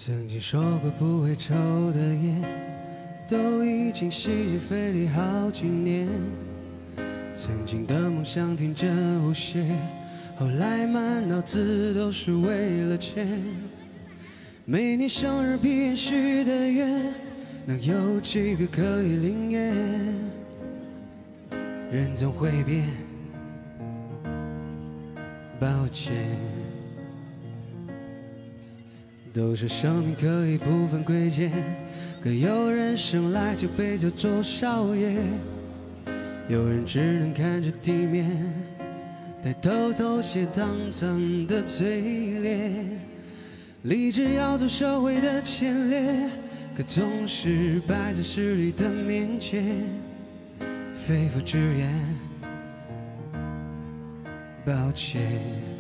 曾经说过不会抽的烟，都已经洗劫费力好几年。曾经的梦想天真无邪，后来满脑子都是为了钱。每年生日闭眼许的愿，能有几个可以灵验？人总会变，抱歉。都说生命可以不分贵贱，可有人生来就被叫做少爷，有人只能看着地面，带偷偷写肮脏的嘴脸。立志要走社会的前列，可总是摆在势力的面前，肺腑之言，抱歉。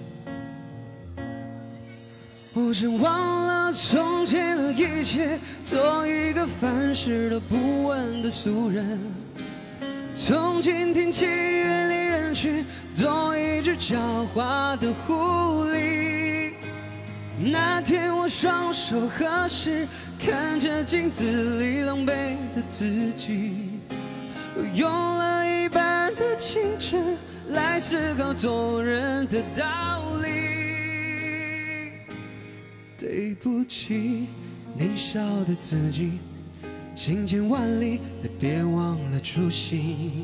我真忘了从前的一切，做一个凡事都不问的俗人。从今天起远离人群，做一只狡猾的狐狸。那天我双手合十，看着镜子里狼狈的自己，用了一半的青春来思考做人的道理。对不起，年少的自己，行千万里，再别忘了初心。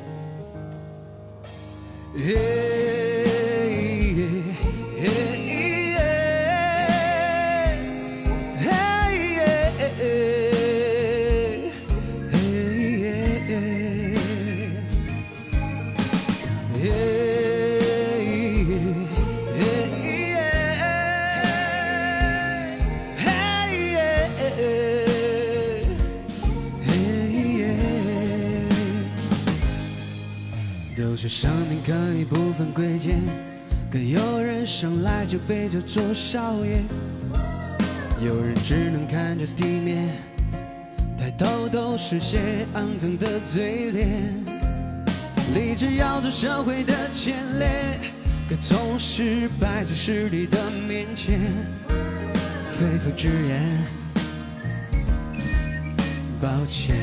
都说生命可以不分贵贱，可有人生来就被叫做少爷，有人只能看着地面，抬头都是些肮脏的嘴脸。立志要走社会的前列，可总是摆在势力的面前，肺腑之言，抱歉。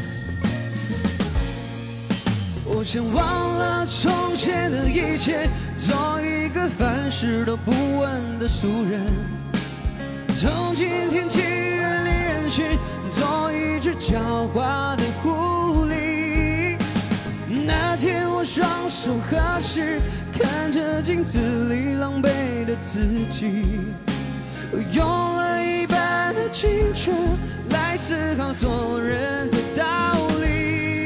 我想忘了从前的一切，做一个凡事都不问的俗人。从今天起远离人群，做一只狡猾的狐狸。那天我双手合十，看着镜子里狼狈的自己，用了一半的青春来思考做人的道理。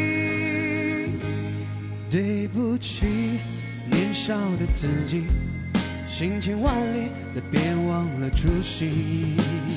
对不起，年少的自己，行千万里，再别忘了初心。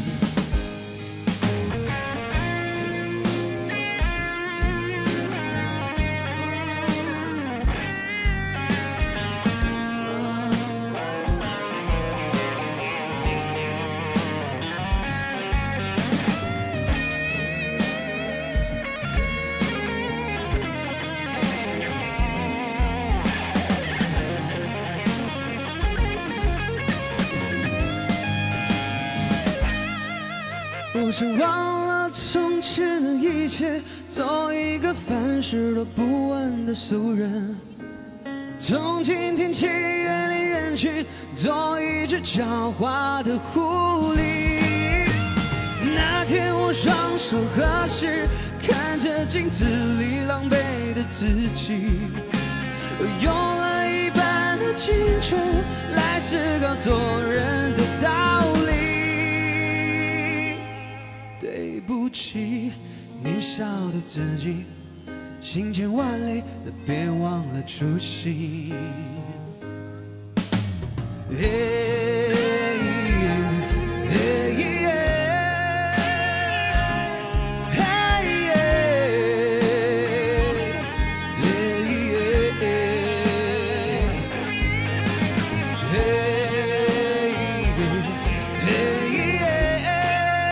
我想忘了从前的一切，做一个凡事都不问的俗人。从今天起远离人群，做一只狡猾的狐狸。那天我双手合十，看着镜子里狼狈的自己，用了一半的青春来思考做人的道理。对不起，年少的自己，行千万里，再别忘了初心。